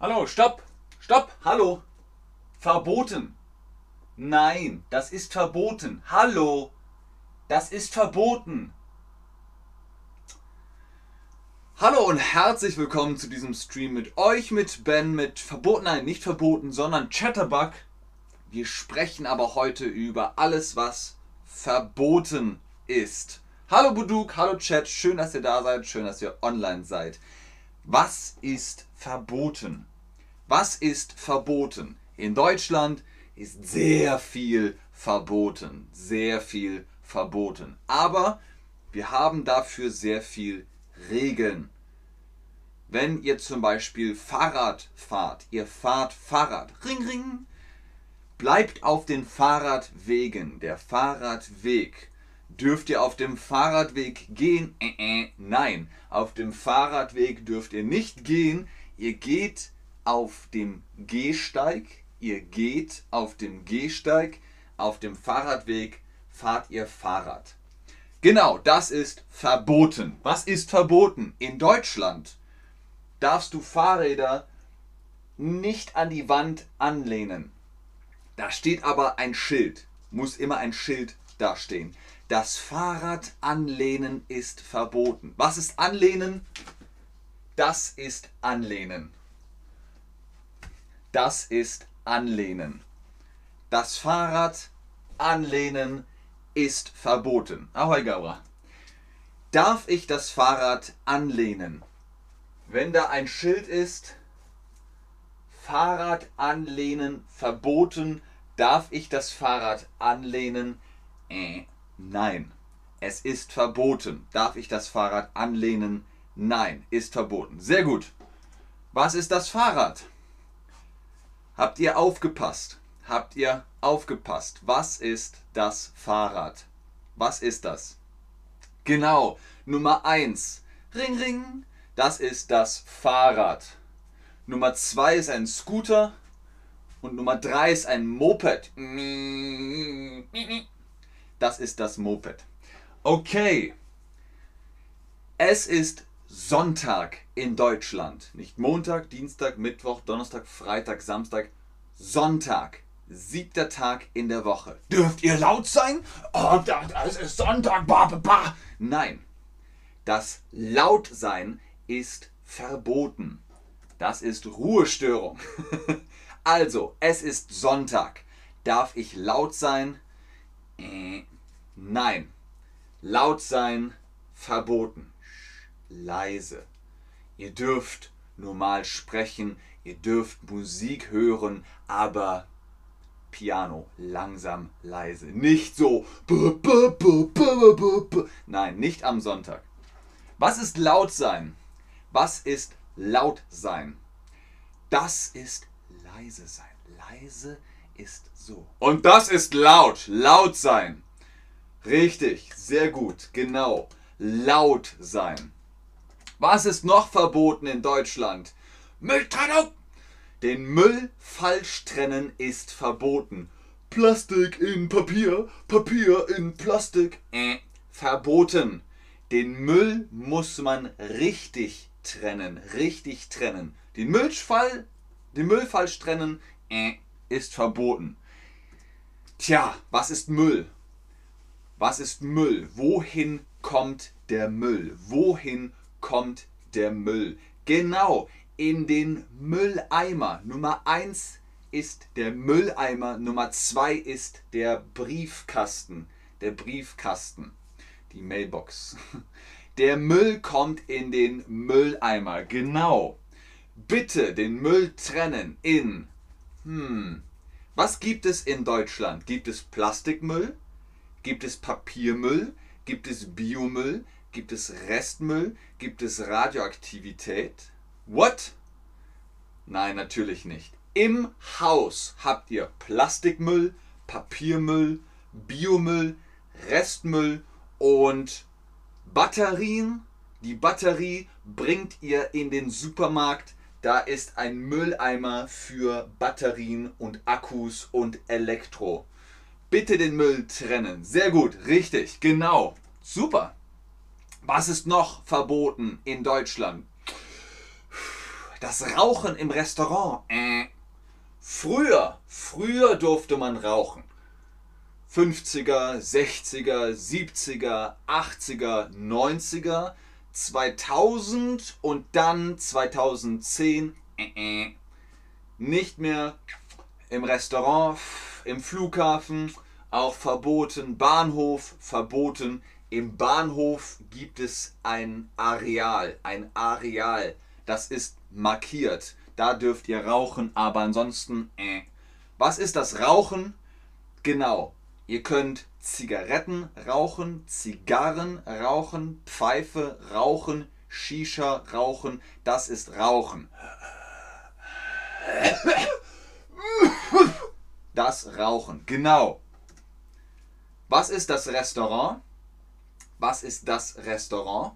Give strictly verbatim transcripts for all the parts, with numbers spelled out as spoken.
Hallo, stopp! Stopp! Hallo? Verboten. Nein, das ist verboten. Hallo? Das ist verboten. Hallo und herzlich willkommen zu diesem Stream mit euch, mit Ben, mit verboten, nein, nicht verboten, sondern Chatterbug. Wir sprechen aber heute über alles, was verboten ist. Hallo Buduk, hallo Chat, schön, dass ihr da seid, schön, dass ihr online seid. Was ist verboten? Was ist verboten? In Deutschland ist sehr viel verboten, sehr viel verboten. Aber wir haben dafür sehr viel Regeln. Wenn ihr zum Beispiel Fahrrad fahrt, ihr fahrt Fahrrad, ring ring, bleibt auf den Fahrradwegen. Der Fahrradweg. Dürft ihr auf dem Fahrradweg gehen? Äh, äh, nein, auf dem Fahrradweg dürft ihr nicht gehen. Ihr geht auf dem Gehsteig. Ihr geht auf dem Gehsteig. Auf dem Fahrradweg fahrt ihr Fahrrad. Genau, das ist verboten. Was ist verboten? In Deutschland darfst du Fahrräder nicht an die Wand anlehnen. Da steht aber ein Schild. Muss immer ein Schild dastehen. Das Fahrrad anlehnen ist verboten. Was ist anlehnen? Das ist anlehnen. Das ist anlehnen. Das Fahrrad anlehnen ist verboten. Ahoi Gabra. Darf ich das Fahrrad anlehnen? Wenn da ein Schild ist, Fahrrad anlehnen verboten, darf ich das Fahrrad anlehnen? Äh, nein. Es ist verboten. Darf ich das Fahrrad anlehnen? Nein, ist verboten. Sehr gut. Was ist das Fahrrad? Habt ihr aufgepasst? Habt ihr aufgepasst? Was ist das Fahrrad? Was ist das? Genau, Nummer eins. Ring, ring. Das ist das Fahrrad. Nummer zwei ist ein Scooter. Und Nummer drei ist ein Moped. Das ist das Moped. Okay. Es ist Sonntag in Deutschland. Nicht Montag, Dienstag, Mittwoch, Donnerstag, Freitag, Samstag. Sonntag. Siebter Tag in der Woche. Dürft ihr laut sein? Oh, das ist Sonntag. Bah, bah, bah. Nein. Das Lautsein ist verboten. Das ist Ruhestörung. Also, es ist Sonntag. Darf ich laut sein? Äh, nein. Laut sein verboten. Leise. Ihr dürft normal sprechen, ihr dürft Musik hören, aber Piano, langsam, leise. Nicht so. Nein, nicht am Sonntag. Was ist laut sein? Was ist laut sein? Das ist leise sein. Leise ist so. Und das ist laut. Laut sein. Richtig, sehr gut, genau. Laut sein. Was ist noch verboten in Deutschland? Mülltrennung! Den Müll falsch trennen ist verboten. Plastik in Papier, Papier in Plastik. Äh, verboten. Den Müll muss man richtig trennen. Richtig trennen. Den Müllfall, den Müll falsch trennen äh, ist verboten. Tja, was ist Müll? Was ist Müll? Wohin kommt der Müll? Wohin kommt der Müll? Genau, in den Mülleimer. Nummer eins ist der Mülleimer, Nummer zwei ist der Briefkasten. Der Briefkasten, die Mailbox. Der Müll kommt in den Mülleimer, genau. Bitte den Müll trennen in, hm, was gibt es in Deutschland? Gibt es Plastikmüll? Gibt es Papiermüll? Gibt es Biomüll? Gibt es Restmüll? Gibt es Radioaktivität? What? Nein, natürlich nicht. Im Haus habt ihr Plastikmüll, Papiermüll, Biomüll, Restmüll und Batterien. Die Batterie bringt ihr in den Supermarkt. Da ist ein Mülleimer für Batterien und Akkus und Elektro. Bitte den Müll trennen. Sehr gut, richtig, genau. Super. Was ist noch verboten in Deutschland? Das Rauchen im Restaurant. Äh. Früher, früher durfte man rauchen. fünfziger, sechziger, siebziger, achtziger, neunziger, zweitausend und dann zweitausendzehn. Äh, äh. Nicht mehr im Restaurant, im Flughafen, auch verboten. Bahnhof, verboten. Im Bahnhof gibt es ein Areal, ein Areal, das ist markiert. Da dürft ihr rauchen, aber ansonsten, äh. Was ist das Rauchen? Genau, ihr könnt Zigaretten rauchen, Zigarren rauchen, Pfeife rauchen, Shisha rauchen, das ist Rauchen. Das Rauchen, genau. Was ist das Restaurant? Was ist das Restaurant?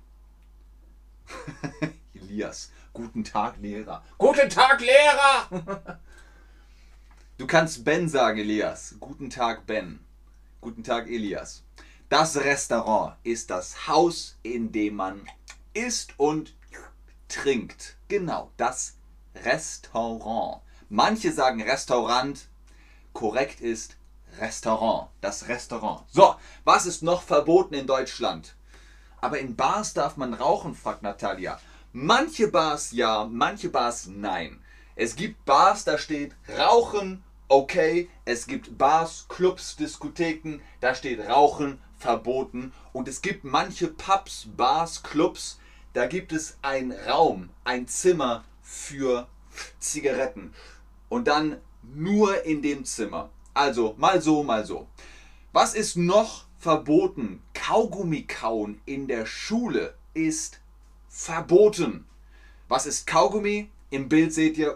Elias, guten Tag, Lehrer. Guten Tag, Lehrer! Du kannst Ben sagen, Elias. Guten Tag, Ben. Guten Tag, Elias. Das Restaurant ist das Haus, in dem man isst und trinkt. Genau, das Restaurant. Manche sagen Restaurant. Korrekt ist Restaurant. Das Restaurant. So, was ist noch verboten in Deutschland? Aber in Bars darf man rauchen, fragt Natalia. Manche Bars ja, manche Bars nein. Es gibt Bars, da steht Rauchen, okay. Es gibt Bars, Clubs, Diskotheken, da steht Rauchen, verboten. Und es gibt manche Pubs, Bars, Clubs, da gibt es einen Raum, ein Zimmer für Zigaretten. Und dann nur in dem Zimmer. Also mal so, mal so. Was ist noch verboten? Kaugummi kauen in der Schule ist verboten. Was ist Kaugummi? Im Bild seht ihr,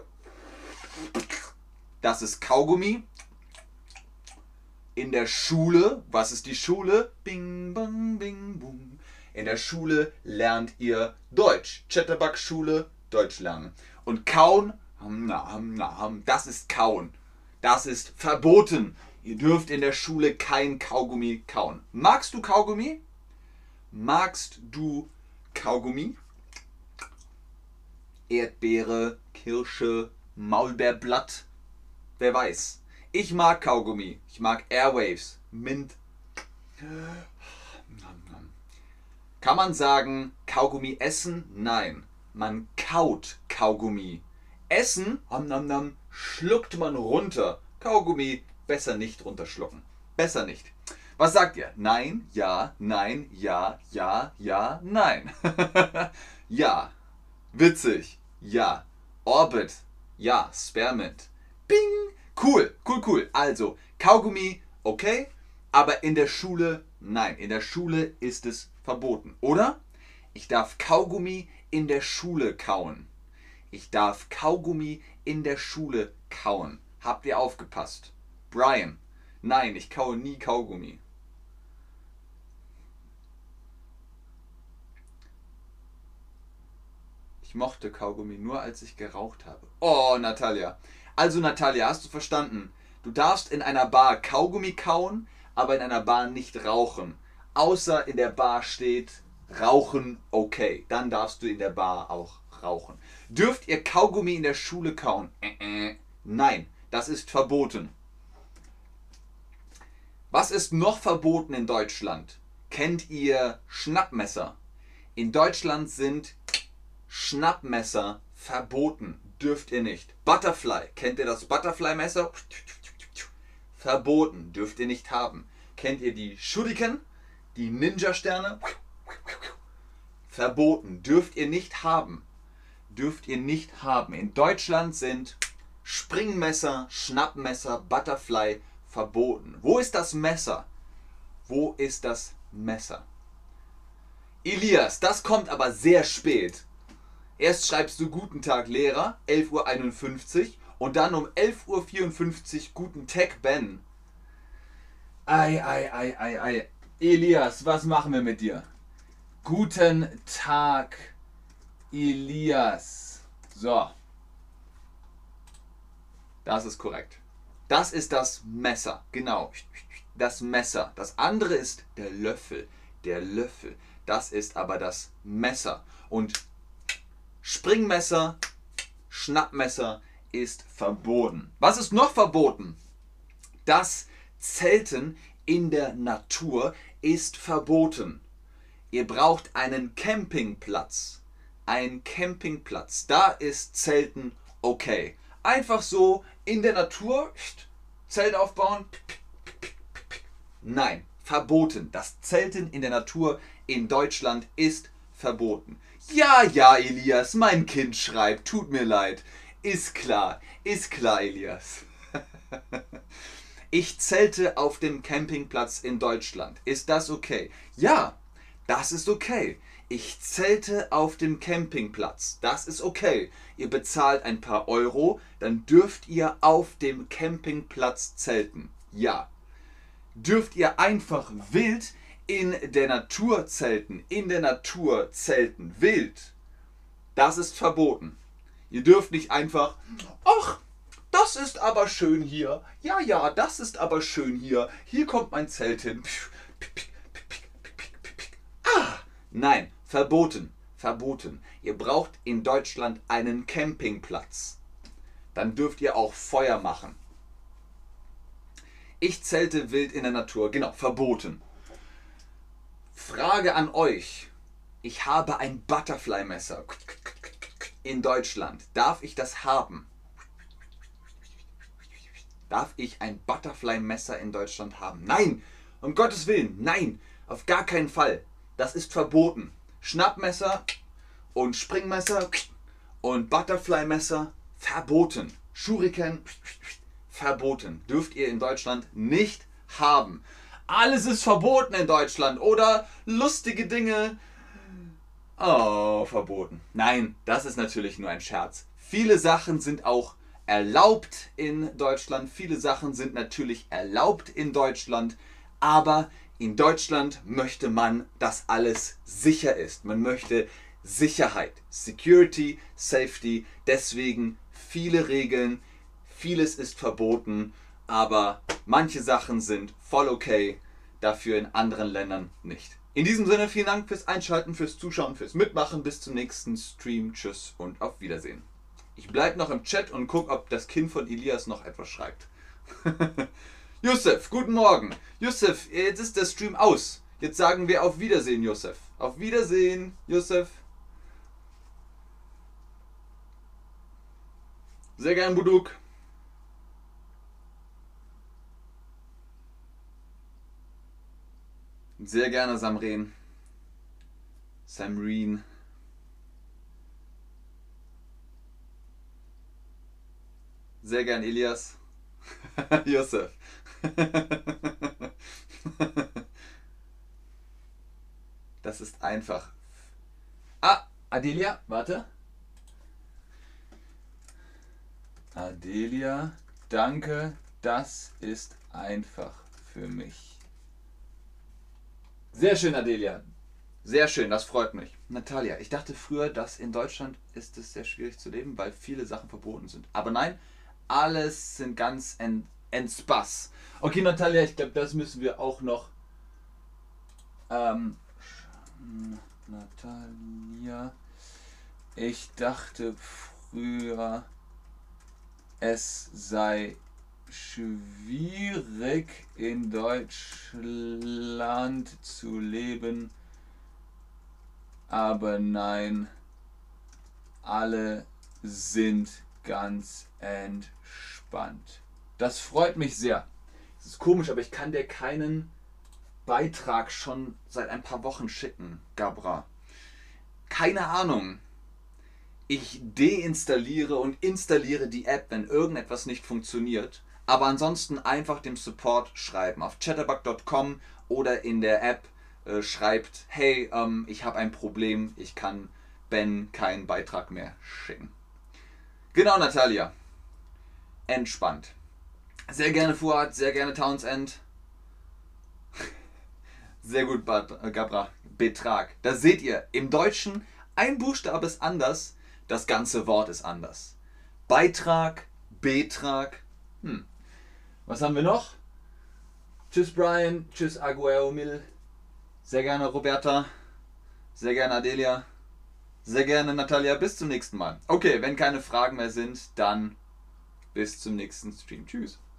das ist Kaugummi. In der Schule, was ist die Schule? Bing, bang, bing, boom. In der Schule lernt ihr Deutsch. Chatterbug-Schule, Deutsch lernen. Und kauen, das ist kauen. Das ist verboten. Ihr dürft in der Schule kein Kaugummi kauen. Magst du Kaugummi? Magst du Kaugummi? Erdbeere, Kirsche, Maulbeerblatt. Wer weiß. Ich mag Kaugummi. Ich mag Airwaves. Mint. Kann man sagen, Kaugummi essen? Nein. Man kaut Kaugummi. Essen, ham, nam, nam, schluckt man runter. Kaugummi besser nicht runterschlucken. Besser nicht. Was sagt ihr? Nein, ja, nein, ja, ja, ja, nein. Ja. Witzig. Ja. Orbit. Ja. Spearmint. Bing. Cool, cool, cool. Also, Kaugummi, okay, aber in der Schule, nein. In der Schule ist es verboten. Oder? Ich darf Kaugummi in der Schule kauen. Ich darf Kaugummi in der Schule kauen. Habt ihr aufgepasst? Brian, nein, ich kaue nie Kaugummi. Ich mochte Kaugummi nur, als ich geraucht habe. Oh, Natalia. Also, Natalia, hast du verstanden? Du darfst in einer Bar Kaugummi kauen, aber in einer Bar nicht rauchen. Außer in der Bar steht Rauchen okay. Dann darfst du in der Bar auch rauchen. Dürft ihr Kaugummi in der Schule kauen? Äh, äh, nein, das ist verboten. Was ist noch verboten in Deutschland? Kennt ihr Schnappmesser? In Deutschland sind Schnappmesser verboten. Dürft ihr nicht. Butterfly. Kennt ihr das Butterfly-Messer? Verboten. Dürft ihr nicht haben. Kennt ihr die Shuriken? Die Ninja-Sterne? Verboten. Dürft ihr nicht haben. Dürft ihr nicht haben. In Deutschland sind Springmesser, Schnappmesser, Butterfly verboten. Wo ist das Messer? Wo ist das Messer? Elias, das kommt aber sehr spät. Erst schreibst du Guten Tag Lehrer, elf Uhr einundfünfzig und dann um elf Uhr vierundfünfzig Guten Tag Ben. Ei, ei, ei, ei, ei. Elias, was machen wir mit dir? Guten Tag Elias. So. Das ist korrekt. Das ist das Messer. Genau. Das Messer. Das andere ist der Löffel. Der Löffel. Das ist aber das Messer. Und Springmesser, Schnappmesser ist verboten. Was ist noch verboten? Das Zelten in der Natur ist verboten. Ihr braucht einen Campingplatz. Ein Campingplatz. Da ist Zelten okay. Einfach so in der Natur Zelt aufbauen. Nein, verboten. Das Zelten in der Natur in Deutschland ist verboten. Ja, ja, Elias, mein Kind schreibt. Tut mir leid. Ist klar. Ist klar, Elias. Ich zelte auf dem Campingplatz in Deutschland. Ist das okay? Ja, das ist okay. Ich zelte auf dem Campingplatz. Das ist okay. Ihr bezahlt ein paar Euro, dann dürft ihr auf dem Campingplatz zelten. Ja. Dürft ihr einfach wild in der Natur zelten? In der Natur zelten. Wild. Das ist verboten. Ihr dürft nicht einfach, ach, das ist aber schön hier. Ja, ja, das ist aber schön hier. Hier kommt mein Zelt hin. Ah, nein, verboten, verboten. Ihr braucht in Deutschland einen Campingplatz. Dann dürft ihr auch Feuer machen. Ich zelte wild in der Natur. Genau, verboten. Frage an euch. Ich habe ein Butterfly-Messer in Deutschland. Darf ich das haben? Darf ich ein Butterfly-Messer in Deutschland haben? Nein! Um Gottes Willen, nein! Auf gar keinen Fall. Das ist verboten. Schnappmesser und Springmesser und Butterfly-Messer verboten. Shuriken verboten. Dürft ihr in Deutschland nicht haben. Alles ist verboten in Deutschland. Oder lustige Dinge. Oh, verboten. Nein, das ist natürlich nur ein Scherz. Viele Sachen sind auch erlaubt in Deutschland. Viele Sachen sind natürlich erlaubt in Deutschland. Aber in Deutschland möchte man, dass alles sicher ist. Man möchte Sicherheit. Security, Safety. Deswegen viele Regeln. Vieles ist verboten. Aber manche Sachen sind voll okay. Dafür in anderen Ländern nicht. In diesem Sinne, vielen Dank fürs Einschalten, fürs Zuschauen, fürs Mitmachen. Bis zum nächsten Stream. Tschüss und auf Wiedersehen. Ich bleibe noch im Chat und gucke, ob das Kind von Elias noch etwas schreibt. Yusuf, guten Morgen. Yusuf, jetzt ist der Stream aus. Jetzt sagen wir auf Wiedersehen, Yusuf. Auf Wiedersehen, Yusuf. Sehr gern, Buduk. Sehr gerne, Samren. Samreen. Sehr gern, Elias. Yusuf. Das ist einfach. Ah, Adelia, warte. Adelia, danke, das ist einfach für mich. Sehr schön, Adelia. Sehr schön, das freut mich. Natalia, ich dachte früher, dass in Deutschland ist es sehr schwierig zu leben, weil viele Sachen verboten sind. Aber nein, alles sind ganz en, en Spaß. Okay, Natalia, ich glaube, das müssen wir auch noch. Ähm, Natalia, ich dachte früher, es sei schwierig in Deutschland zu leben, aber nein, alle sind ganz entspannt. Das freut mich sehr. Es ist komisch, aber ich kann dir keinen Beitrag schon seit ein paar Wochen schicken, Gabra. Keine Ahnung. Ich deinstalliere und installiere die App, wenn irgendetwas nicht funktioniert. Aber ansonsten einfach dem Support schreiben. Auf chatterbug punkt com oder in der App äh, schreibt, hey, ähm, ich habe ein Problem, ich kann Ben keinen Beitrag mehr schicken. Genau, Natalia. Entspannt. Sehr gerne Fuad, sehr gerne Townsend. Sehr gut, Gabra. Betrag. Da seht ihr, im Deutschen ein Buchstabe ist anders, das ganze Wort ist anders. Beitrag, Betrag. Hm. Was haben wir noch? Tschüss Brian, tschüss Aguero Mil. Sehr gerne Roberta. Sehr gerne Adelia. Sehr gerne, Natalia. Bis zum nächsten Mal. Okay, wenn keine Fragen mehr sind, dann bis zum nächsten Stream. Tschüss.